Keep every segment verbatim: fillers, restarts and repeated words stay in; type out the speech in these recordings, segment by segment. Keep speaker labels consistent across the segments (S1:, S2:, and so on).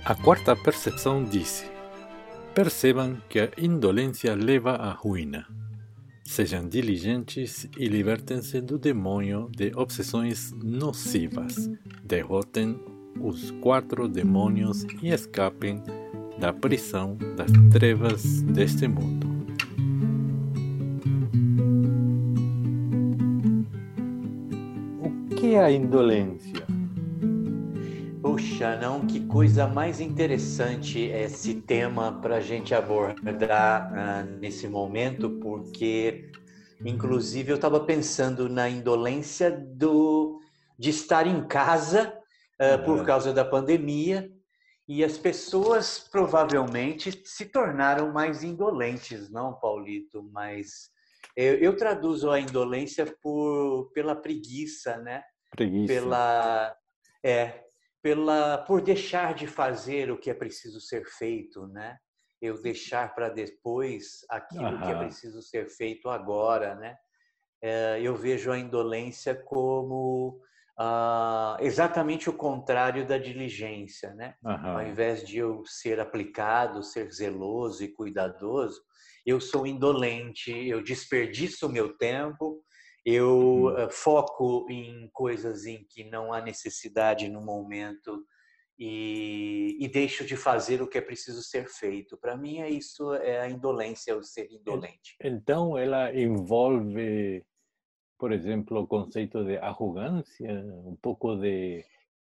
S1: A quarta percepção disse: percebam que a indolência leva à ruína. Sejam diligentes e libertem-se do demônio de obsessões nocivas. Derrotem os quatro demônios e escapem da prisão das trevas deste mundo. O que é a indolência?
S2: Puxa, não, que coisa mais interessante esse tema para a gente abordar uh, nesse momento, porque, inclusive, eu estava pensando na indolência do, de estar em casa uh,
S1: Uhum.
S2: por causa da pandemia, e as pessoas provavelmente se tornaram mais indolentes, não, Paulito? Mas eu, eu traduzo a indolência por, pela preguiça, né?
S1: Preguiça.
S2: Pela... É, pela, por deixar de fazer o que é preciso ser feito, né? Eu deixar para depois aquilo que é
S1: Aham.
S2: preciso ser feito agora, né? É, eu vejo a indolência como ah, exatamente o contrário da diligência, né? Ao
S1: Aham.
S2: invés de eu ser aplicado, ser zeloso e cuidadoso, eu sou indolente, eu desperdiço o meu tempo, eu
S1: Uhum.
S2: uh, foco em coisas em que não há necessidade no momento e, e deixo de fazer o que é preciso ser feito. Para mim, é isso, é a indolência, é o ser indolente.
S1: Então, ela envolve, por exemplo, o conceito de arrogância, um pouco de,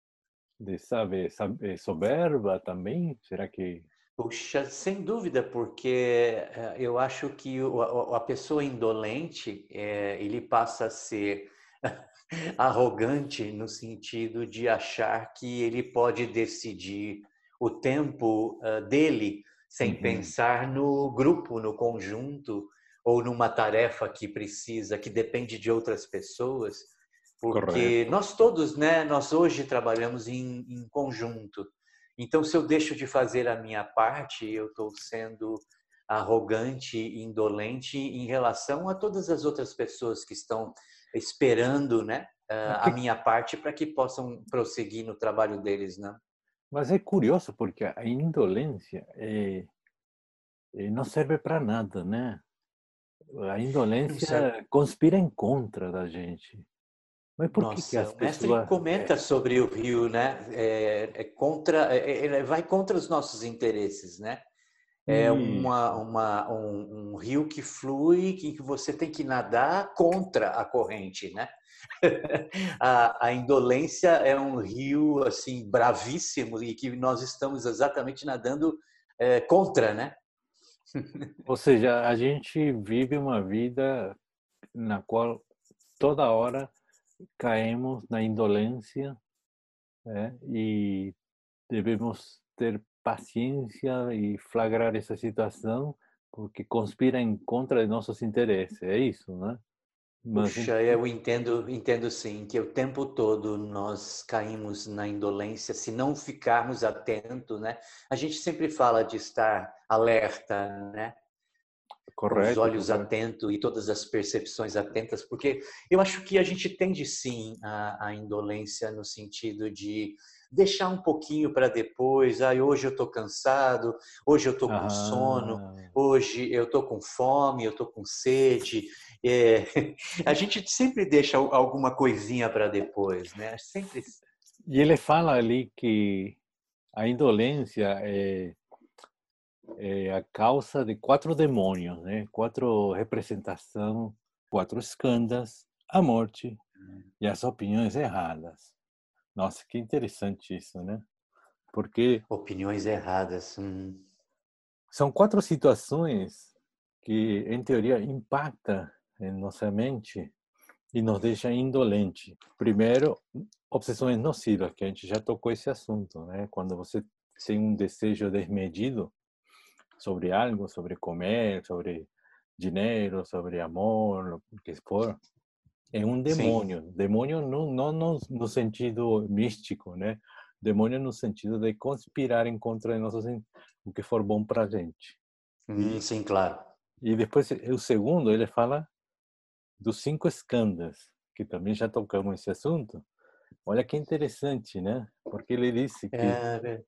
S1: de sabe, sabe, soberba também? Será que...
S2: Puxa, sem dúvida, porque eu acho que a pessoa indolente, ele passa a ser arrogante no sentido de achar que ele pode decidir o tempo dele sem
S1: Uhum.
S2: pensar no grupo, no conjunto, ou numa tarefa que precisa, que depende de outras pessoas, porque
S1: Correto.
S2: nós todos, né, nós hoje trabalhamos em, em conjunto. Então, se eu deixo de fazer a minha parte, eu estou sendo arrogante e indolente em relação a todas as outras pessoas que estão esperando, né,
S1: Mas,
S2: a
S1: que,
S2: minha parte para que possam prosseguir no trabalho deles, né?
S1: mas é curioso porque a indolência é, é, não serve para nada, né? A
S2: Não serve.
S1: indolência conspira em contra da gente. Mas por que que
S2: Nossa,
S1: as
S2: o mestre
S1: pessoas...
S2: comenta sobre o rio, né? É, é contra, é, é, vai contra os nossos interesses, né? É uma,
S1: Isso,
S2: uma, um, um rio que flui, que você tem que nadar contra a corrente, né? A, a indolência é um rio assim bravíssimo e que nós estamos exatamente nadando é, contra, né?
S1: ou seja, a gente vive uma vida na qual toda hora caímos na indolência, né? E devemos ter paciência e flagrar essa situação porque conspira em contra de nossos interesses, é isso, né? Mas
S2: Puxa, eu entendo, entendo sim, que o tempo todo nós caímos na indolência se não ficarmos atentos, né? A gente sempre fala de estar alerta, né? Com os
S1: correto,
S2: olhos
S1: correto.
S2: atentos e todas as percepções atentas, porque eu acho que a gente tende sim à, à indolência no sentido de deixar um pouquinho para depois. Ah, hoje eu estou cansado, hoje eu estou com sono,
S1: Ah,
S2: hoje eu estou com fome, eu estou com sede. É, a gente sempre deixa alguma coisinha para depois, né? Sempre.
S1: e ele fala ali que a indolência é, é a causa de quatro demônios, né? Quatro representação, quatro escandas, a morte e as opiniões erradas. Nossa, que interessante isso, né? Porque
S2: Opiniões erradas. Hum.
S1: são quatro situações que, em teoria, impactam em nossa mente e nos deixa indolente. Primeiro, obsessões nocivas, que a gente já tocou esse assunto, né? Quando você tem um desejo desmedido sobre algo, sobre comer, sobre dinheiro, sobre amor, o que for, é um
S2: Sim.
S1: demônio. Demônio não, não no, no sentido místico, né? Demônio no sentido de conspirar em contra de nossos, o que for bom para a gente.
S2: Hum,
S1: E,
S2: sim, claro.
S1: e depois, o segundo, ele fala dos cinco escandas, que também já tocamos esse assunto. Olha que interessante, né? Porque ele disse que
S2: É,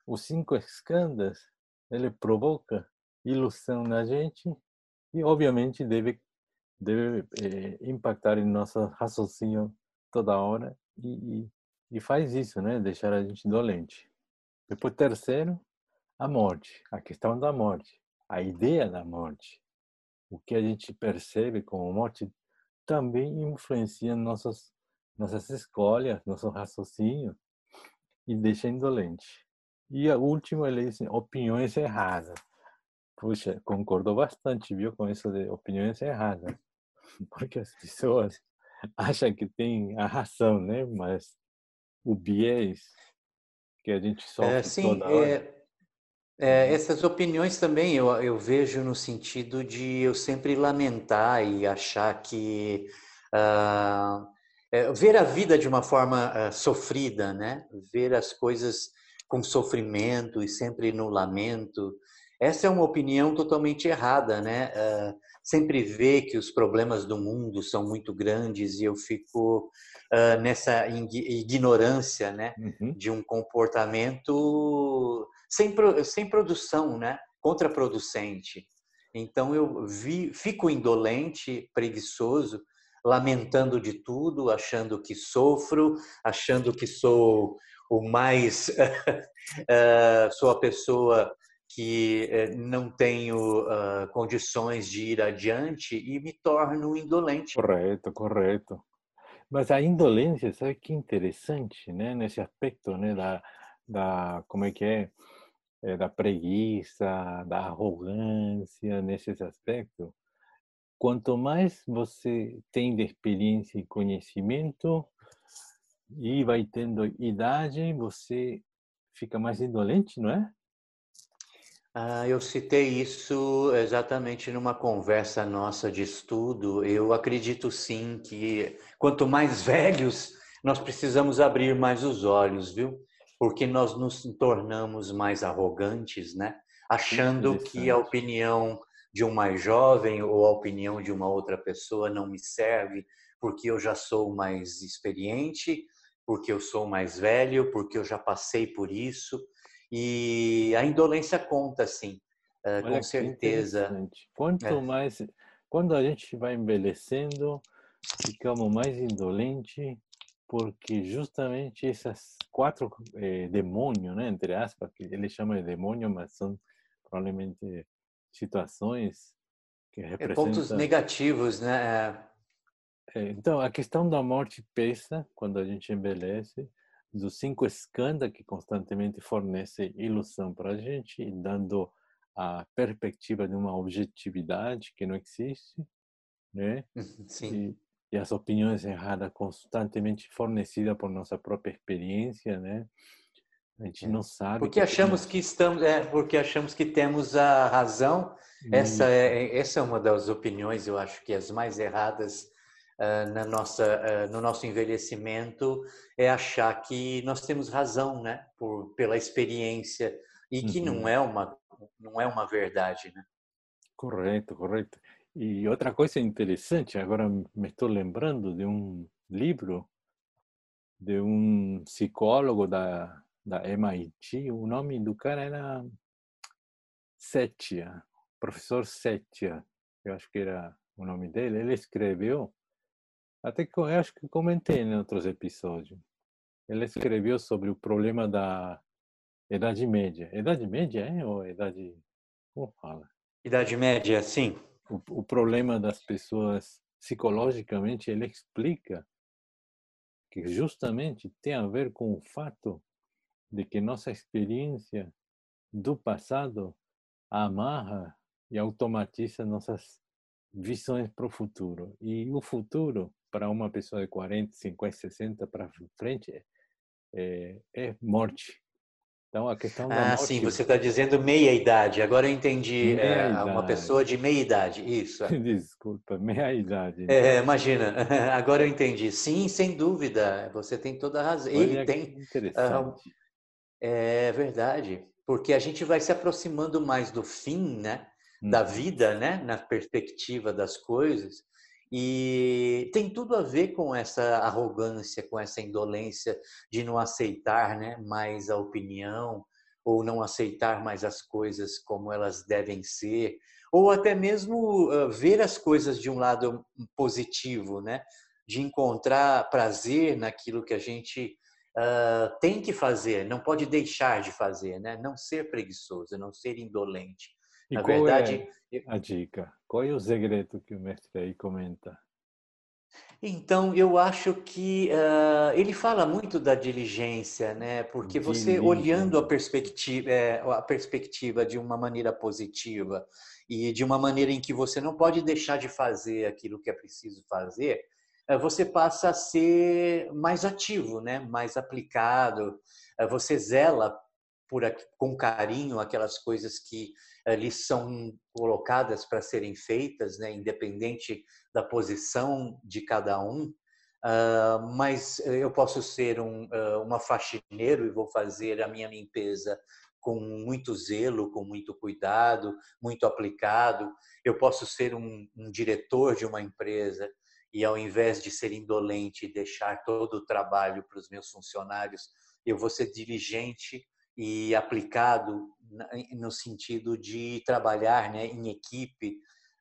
S1: os cinco escandas, ele provoca ilusão na gente e, obviamente, deve, deve é, impactar em nosso raciocínio toda hora e, e, e faz isso, né? Deixar a gente dolente. Depois, terceiro, a morte, a questão da morte, a ideia da morte. O que a gente percebe como morte também influencia nossas, nossas escolhas, nosso raciocínio e deixa indolente. E a última, ele diz opiniões erradas. Puxa, concordo bastante, viu, com isso de opiniões erradas. Porque as pessoas acham que tem a razão, né? Mas o viés que a gente
S2: É,
S1: sofre
S2: sim,
S1: toda hora.
S2: é, é, essas opiniões também eu, eu vejo no sentido de eu sempre lamentar e achar que ah, é, ver a vida de uma forma ah, sofrida, né? Ver as coisas com sofrimento e sempre no lamento. Essa é uma opinião totalmente errada, né? Ah, sempre ver que os problemas do mundo são muito grandes e eu fico ah, nessa ignorância, né?
S1: Uhum.
S2: De um comportamento sem, pro, sem produção, né? Contraproducente. Então eu vi, fico indolente, preguiçoso, lamentando de tudo, achando que sofro, achando que sou o mais sou a pessoa que não tenho uh, condições de ir adiante e me torno indolente.
S1: Correto, correto. Mas a indolência, sabe que interessante, né? Nesse aspecto, né? Da, da como é que é? É, da preguiça, da arrogância, nesses aspectos. Quanto mais você tem de experiência e conhecimento e vai tendo idade, você fica mais indolente, não é?
S2: Ah, eu citei isso exatamente numa conversa nossa de estudo. Eu acredito sim que quanto mais velhos, nós precisamos abrir mais os olhos, viu? Porque nós nos tornamos mais arrogantes, né?
S1: Que
S2: Achando que a
S1: interessante.
S2: opinião de um mais jovem ou a opinião de uma outra pessoa não me serve, porque eu já sou mais experiente, porque eu sou mais velho, porque eu já passei por isso. E a indolência conta, sim, com
S1: Olha que
S2: certeza.
S1: interessante. Quanto
S2: É,
S1: mais, quando a gente vai envelhecendo, ficamos mais indolentes, porque justamente essas quatro eh, demônios, né, entre aspas, que ele chama de demônio, mas são provavelmente situações que
S2: é pontos
S1: representam.
S2: negativos, né?
S1: eh, Então, a questão da morte pesa quando a gente envelhece, dos cinco escândalos que constantemente fornecem ilusão para a gente, dando a perspectiva de uma objetividade que não existe, né?
S2: Sim.
S1: E, e as opiniões erradas constantemente fornecidas por nossa própria experiência, né? A gente
S2: É.
S1: não sabe
S2: Porque
S1: que
S2: achamos que
S1: temos
S2: estamos, é, porque achamos que temos a razão. Essa
S1: isso.
S2: é, essa é uma das opiniões, eu acho que as mais erradas ah, na nossa, ah, no nosso envelhecimento é achar que nós temos razão, né? Por, pela experiência e que não
S1: Uhum.
S2: é uma, não é uma verdade, né?
S1: Correto, correto. E outra coisa interessante, agora me estou lembrando de um livro de um psicólogo da, da M I T, o nome do cara era Setia, professor Setia, eu acho que era o nome dele. Ele escreveu, até que eu acho que comentei em outros episódios, ele escreveu sobre o problema da Idade Média. Idade Média, é? Ou Idade... Como fala?
S2: Idade média, sim.
S1: O, o problema das pessoas psicologicamente, ele explica que justamente tem a ver com o fato de que nossa experiência do passado amarra e automatiza nossas visões para o futuro. E o futuro, para uma pessoa de quarenta, cinquenta, sessenta para frente, é, é morte. Então, a questão da
S2: Ah, sim,
S1: morte,
S2: você está dizendo meia idade. Agora eu entendi,
S1: meia
S2: é, uma pessoa
S1: idade,
S2: de meia idade, isso.
S1: desculpa, meia idade.
S2: É,
S1: Então,
S2: imagina, agora eu entendi. Sim, sem dúvida, você tem toda a razão. E
S1: olha que
S2: tem, ah,
S1: interessante.
S2: é verdade, porque a gente vai se aproximando mais do fim, né, da
S1: Uhum,
S2: vida, né, na perspectiva das coisas, e tem tudo a ver com essa arrogância, com essa indolência de não aceitar, né, mais a opinião ou não aceitar mais as coisas como elas devem ser, ou até mesmo uh, ver as coisas de um lado positivo, né? De encontrar prazer naquilo que a gente uh, tem que fazer, não pode deixar de fazer, né? Não ser preguiçoso, não ser indolente.
S1: E
S2: Na
S1: qual é
S2: verdade,
S1: a dica? Qual é o segredo que o mestre aí comenta?
S2: então, eu acho que ah, ele fala muito da diligência, né? Porque você olhando a
S1: Diligência.
S2: perspectiva, é, a perspectiva de uma maneira positiva e de uma maneira em que você não pode deixar de fazer aquilo que é preciso fazer, eh, você passa a ser mais ativo, né? Mais aplicado. Eh, Você zela por, aqu- com carinho aquelas coisas que eh, lhe são colocadas para serem feitas, né? Independente da posição de cada um, ah, mas eu posso ser um, ah, uma faxineiro e vou fazer a minha limpeza com muito zelo, com muito cuidado, muito aplicado. Eu posso ser um, um diretor de uma empresa e, ao invés de ser indolente e deixar todo o trabalho para os meus funcionários, eu vou ser diligente e aplicado no sentido de trabalhar, né, em equipe,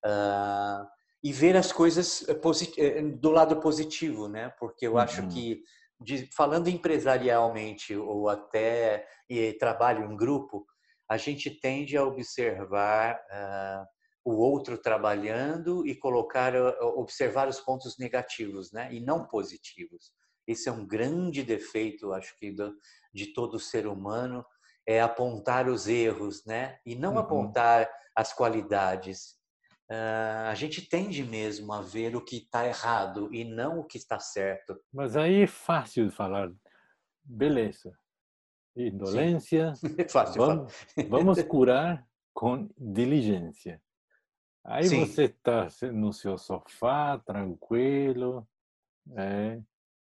S2: uh, e ver as coisas do lado positivo, né? Porque eu acho
S1: Uhum.
S2: que, de, falando empresarialmente ou até e trabalho em grupo, a gente tende a observar uh, o outro trabalhando e colocar, observar os pontos negativos, né? E não positivos. Esse é um grande defeito, acho que, do, de todo ser humano, é apontar os erros, né? E não
S1: Uhum.
S2: apontar as qualidades. Uh, a gente tende mesmo a ver o que está errado e não o que está certo.
S1: Mas aí é fácil de falar, beleza,
S2: Sim,
S1: indolência,
S2: é fácil falar.
S1: vamos, vamos curar com diligência. Aí
S2: Sim,
S1: você está no seu sofá, tranquilo, é,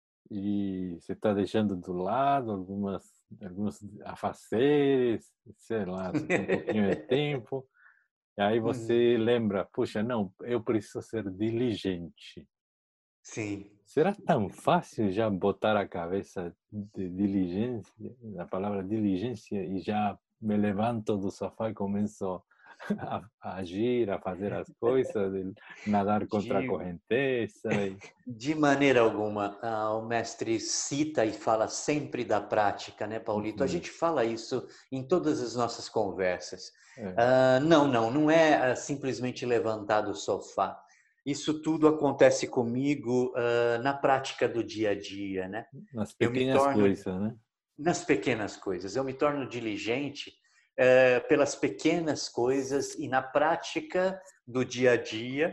S1: e você está deixando do lado algumas, alguns afazeres, sei lá, você tem um pouquinho de tempo, e aí
S2: Uhum.
S1: você lembra, puxa, não, eu preciso ser diligente.
S2: Sim.
S1: Será tão fácil já botar a cabeça de diligência, a palavra diligência, e já me levanto do sofá e começo a, a agir, a fazer as coisas, de nadar contra a
S2: De,
S1: correnteza? E...
S2: de maneira alguma, ah, o mestre cita e fala sempre da prática, né, Paulito? A
S1: Uhum,
S2: gente fala isso em todas as nossas conversas.
S1: é,
S2: Ah, não, não, não é ah, simplesmente levantar do sofá. Isso tudo acontece comigo ah, na prática do dia a dia, né?
S1: nas
S2: Eu me
S1: pequenas
S2: torno
S1: coisas, né?
S2: nas pequenas coisas. Eu me torno diligente eh, pelas pequenas coisas e na prática do dia a dia,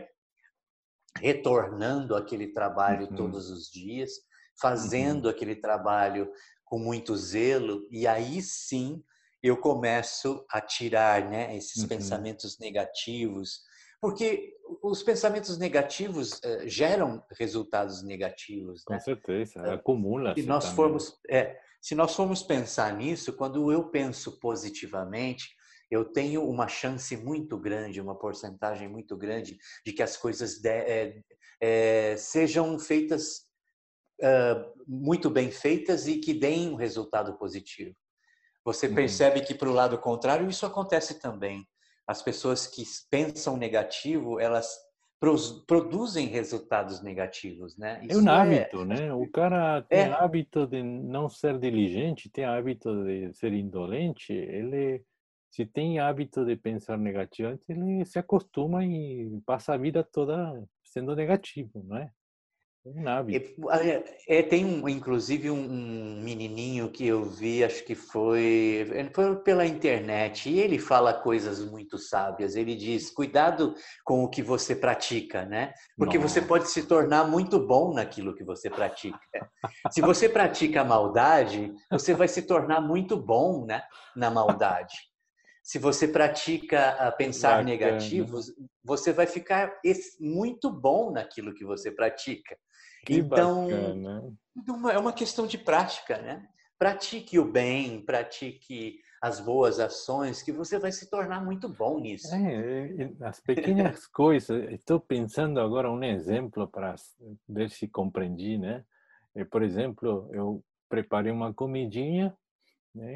S2: retornando aquele trabalho
S1: Uhum,
S2: todos os dias,
S1: uhum,
S2: fazendo aquele trabalho com muito zelo, e aí sim eu começo a tirar, né, esses
S1: uhum.
S2: pensamentos negativos, porque os pensamentos negativos eh, geram resultados negativos,
S1: Com
S2: né?
S1: certeza,
S2: Se
S1: acumula-se
S2: nós
S1: também.
S2: formos, é, se nós formos pensar nisso, quando eu penso positivamente, eu tenho uma chance muito grande, uma porcentagem muito grande de que as coisas de, é, é, sejam feitas uh, muito bem feitas e que deem um resultado positivo. Você
S1: Uhum.
S2: percebe que, para o lado contrário, isso acontece também. As pessoas que pensam negativo, elas produzem resultados negativos, né?
S1: É um
S2: Isso é,
S1: hábito, né? O cara tem
S2: é
S1: hábito de não ser diligente, tem hábito de ser indolente, ele, se tem hábito de pensar negativamente, ele se acostuma e passa a vida toda sendo negativo, não é? É um hábito.
S2: É, é, tem um, inclusive um, um menininho que eu vi, acho que foi, ele foi pela internet, e ele fala coisas muito sábias. Ele diz: cuidado com o que você pratica, né? Porque você pode se
S1: Nossa,
S2: tornar muito bom naquilo que você pratica. Se você pratica a maldade, você vai se tornar muito bom, né, na maldade. Se você pratica a
S1: que
S2: pensar
S1: bacana,
S2: negativos, você vai ficar muito bom naquilo que você pratica.
S1: que
S2: Então,
S1: bacana.
S2: é uma questão de prática, né? Pratique o bem, pratique as boas ações, que você vai se tornar muito bom nisso.
S1: É, é, as pequenas coisas. Estou pensando agora um exemplo para ver se compreendi, né? Eh, Por exemplo, eu preparei uma comidinha, né?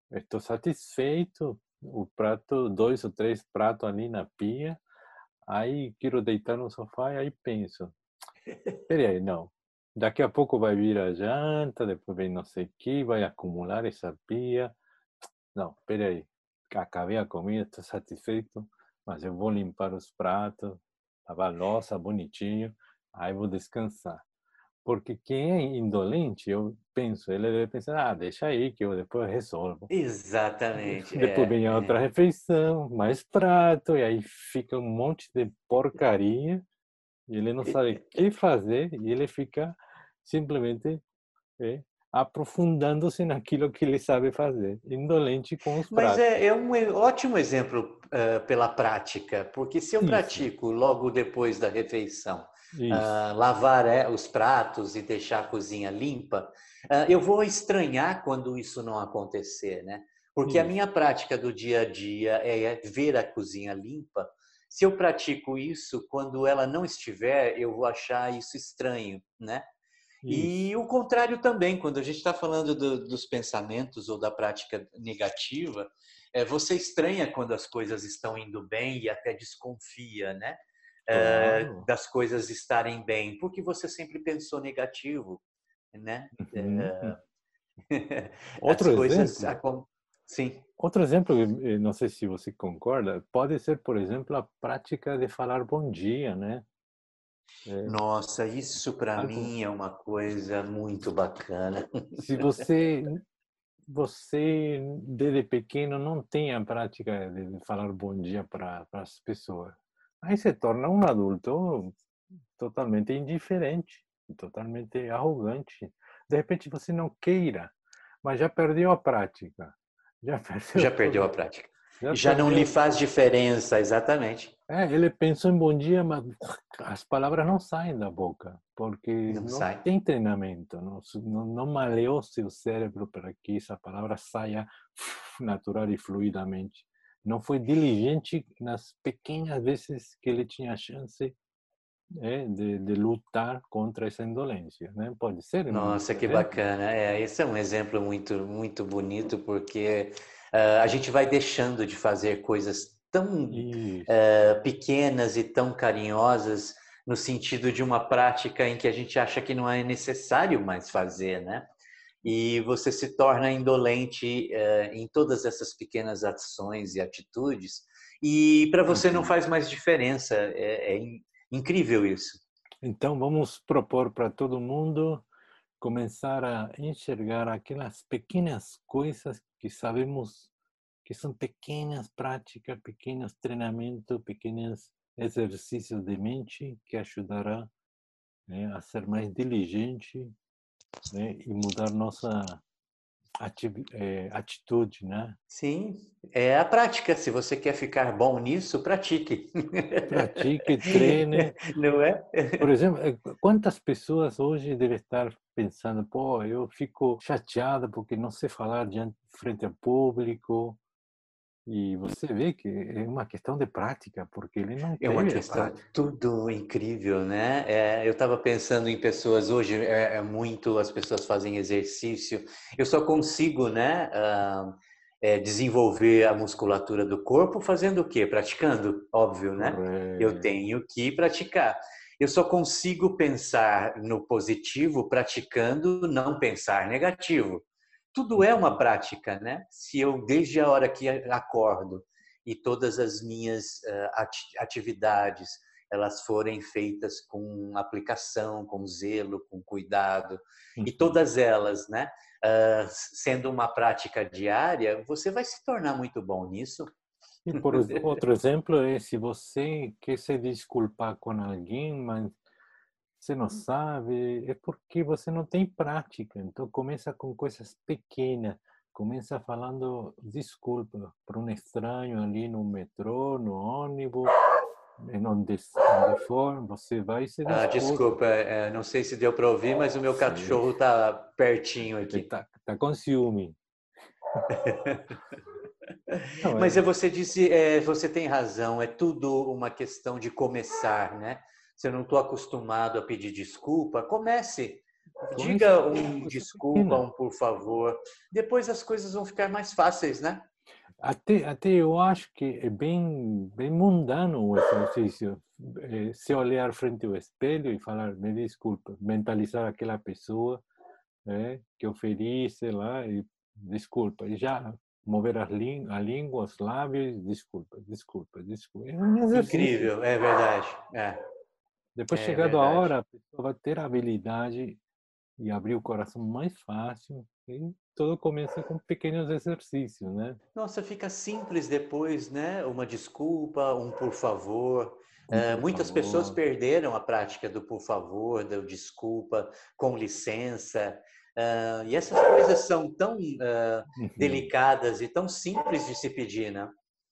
S1: estou satisfeito, o prato, dois ou três pratos ali na pia, aí quero deitar no sofá e aí penso, peraí, não, daqui a pouco vai vir a janta, depois vem não sei o que, vai acumular essa pia, não, peraí, acabei a comida, estou satisfeito, mas eu vou limpar os pratos, lavar a louça bonitinho, aí vou descansar. Porque quem é indolente, eu penso, ele deve pensar, ah, deixa aí que eu depois resolvo.
S2: Exatamente,
S1: Depois
S2: é,
S1: vem a outra
S2: é.
S1: refeição, mais prato, e aí fica um monte de porcaria, e ele não sabe o que fazer, e ele fica simplesmente é, aprofundando-se naquilo que ele sabe fazer, indolente com os
S2: Mas
S1: pratos.
S2: é, é um e- ótimo exemplo eh, pela prática, porque se eu
S1: Isso,
S2: pratico logo depois da refeição,
S1: isso,
S2: ah, lavar eh, os pratos e deixar a cozinha limpa, ah, eu vou estranhar quando isso não acontecer, né? Porque a
S1: isso,
S2: minha prática do dia a dia é ver a cozinha limpa. Se eu pratico isso, quando ela não estiver, eu vou achar isso estranho, né?
S1: isso.
S2: E o contrário também, quando a gente está falando do, dos pensamentos ou da prática negativa, é, você estranha quando as coisas estão indo bem e até desconfia, né? É,
S1: Claro.
S2: das coisas estarem bem, porque você sempre pensou negativo, né?
S1: Uhum.
S2: É, as
S1: Outro
S2: coisas.
S1: exemplo,
S2: Sim.
S1: outro exemplo, eh, não sei se você concorda, pode ser, por exemplo, a prática de falar bom dia, né? É
S2: Nossa, isso para
S1: algo,
S2: mim é uma coisa muito bacana.
S1: se você você desde pequeno não tem a prática de falar bom dia para para as pessoas, aí se torna um adulto totalmente indiferente, totalmente arrogante. De repente você não queira, mas já perdeu a prática, já perdeu
S2: Já perdeu a
S1: todo,
S2: prática.
S1: já
S2: Já não lhe
S1: perdeu.
S2: faz diferença, exatamente.
S1: É, ele pensou em bom dia, mas as palavras não saem da boca, porque
S2: Não
S1: não
S2: sai.
S1: tem treinamento, não, não, não maleou seu cérebro para que essa palavra saia natural e fluidamente. Não foi diligente nas pequenas vezes que ele tinha a chance é, de, de lutar contra essa indolência, né? Pode ser um
S2: Nossa, que
S1: exemplo?
S2: bacana. É, esse é um exemplo muito, muito bonito, porque ah, a gente vai deixando de fazer coisas tão
S1: Isso.
S2: eh, pequenas e tão carinhosas, no sentido de uma prática em que a gente acha que não é necessário mais fazer, né? E você se torna indolente eh, em todas essas pequenas ações e atitudes, e para você não
S1: Uhum.
S2: faz mais diferença. É, é in- incrível isso.
S1: Então, vamos propor para todo mundo começar a enxergar aquelas pequenas coisas que sabemos que são pequenas práticas, pequenos treinamentos, pequenos exercícios de mente que ajudará, né, a ser mais diligente, né, e mudar nossa ati- eh, atitude, né?
S2: Sim, é a prática. Se você quer ficar bom nisso, pratique.
S1: Pratique, treine.
S2: Não é?
S1: Por exemplo, eh, quantas pessoas hoje devem estar pensando, pô, eu fico chateada porque não sei falar diante frente ao público. E você vê que é uma questão de prática, porque ele não
S2: É uma
S1: teve a
S2: questão
S1: prática.
S2: tudo incrível, né? É, eu estava pensando em pessoas hoje, é, é muito as pessoas fazem exercício. Eu só consigo, né, ah, é, desenvolver a musculatura do corpo fazendo o quê? Praticando, óbvio, né? Eu
S1: Correto.
S2: tenho que praticar. Eu só consigo pensar no positivo praticando não pensar negativo. Tudo é uma
S1: Uhum.
S2: prática, né? Se eu, desde a hora que acordo, e todas as minhas uh, atividades elas forem feitas com aplicação, com zelo, com cuidado, e
S1: Uhum.
S2: todas elas, né, uh, sendo uma prática diária, você vai se tornar muito bom nisso.
S1: E por ex- outro exemplo é se você quer se desculpar com alguém, mas você não sabe, é porque você não tem prática. Então começa com coisas pequenas. Começa falando desculpa para um estranho ali no metrô, no ônibus, em onde, onde for, você vai e se
S2: Ah,
S1: desculpa.
S2: desculpa, é, não sei se deu para ouvir, mas o meu
S1: Sim,
S2: cachorro está pertinho
S1: ele
S2: aqui.
S1: tá, tá com ciúme. Não,
S2: Mas é,
S1: é,
S2: você disse, é, você tem razão, é tudo uma questão de começar, né? Se eu não estou acostumado a pedir desculpa, comece. Diga um desculpa, um por favor. Depois as coisas vão ficar mais fáceis, né?
S1: Até, até eu acho que é bem, bem mundano o exercício. É, se olhar frente ao espelho e falar, me desculpa, mentalizar aquela pessoa é, que eu feri, sei lá, e desculpa. E já mover as língua, a língua, os lábios, desculpa, desculpa, desculpa. É um exercício.
S2: Incrível, é verdade. É,
S1: Depois,
S2: é
S1: chegado a
S2: verdade.
S1: hora, a pessoa vai ter a habilidade e abrir o coração mais fácil. E tudo começa com pequenos exercícios, né?
S2: Nossa, fica simples depois, né? Uma desculpa, um por favor.
S1: Um
S2: É,
S1: por
S2: muitas pessoas
S1: favor.
S2: perderam a prática do por favor, do desculpa, com licença. Uh, e essas coisas são tão uh,
S1: Uhum.
S2: delicadas e tão simples de se pedir, né?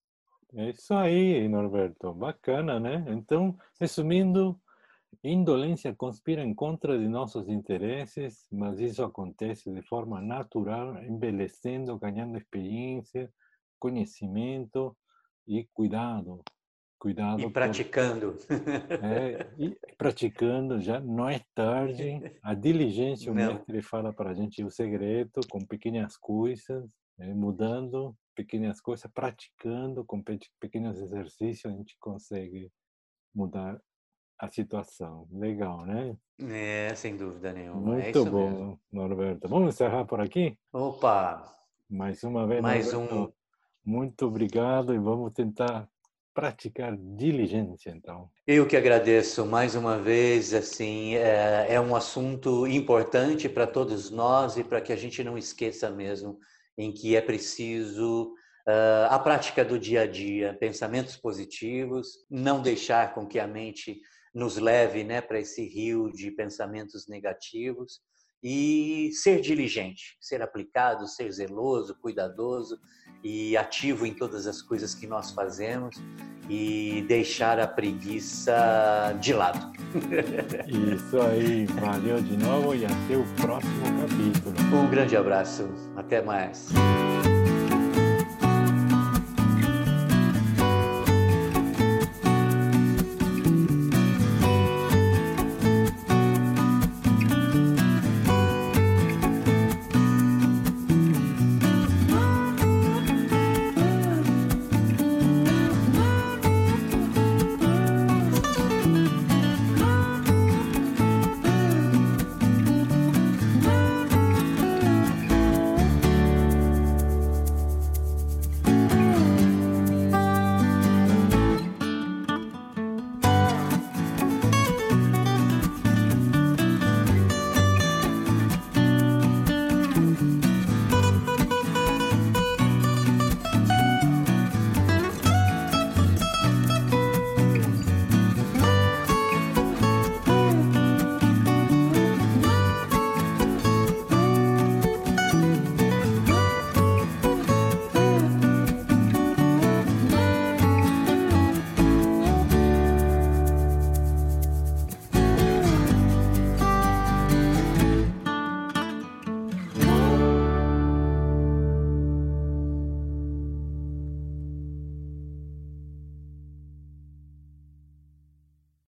S1: É isso aí, Norberto. Bacana, né? Então, resumindo, indolência conspira em contra de nossos interesses, mas isso acontece de forma natural, envelhecendo, ganhando experiência, conhecimento e cuidado. Cuidado
S2: E
S1: por,
S2: praticando.
S1: é, e praticando, já não é tarde. A diligência, o
S2: Não.
S1: mestre fala para a gente o segredo, com pequenas coisas, é, mudando pequenas coisas, praticando com pequenos exercícios, a gente consegue mudar a situação. Legal, né?
S2: É, sem dúvida nenhuma. É
S1: Muito
S2: isso mesmo.
S1: bom, Norberto. Vamos encerrar por aqui?
S2: Opa!
S1: Mais uma vez,
S2: Mais um.
S1: Norberto, muito obrigado e vamos tentar praticar diligência, então.
S2: Eu que agradeço mais uma vez. Assim, é, é um assunto importante para todos nós e para que a gente não esqueça mesmo em que é preciso uh, a prática do dia a dia, pensamentos positivos, não deixar com que a mente nos leve, né, para esse rio de pensamentos negativos e ser diligente, ser aplicado, ser zeloso, cuidadoso e ativo em todas as coisas que nós fazemos e deixar a preguiça de lado.
S1: Isso aí, valeu de novo e até o próximo capítulo.
S2: Um grande abraço, até mais.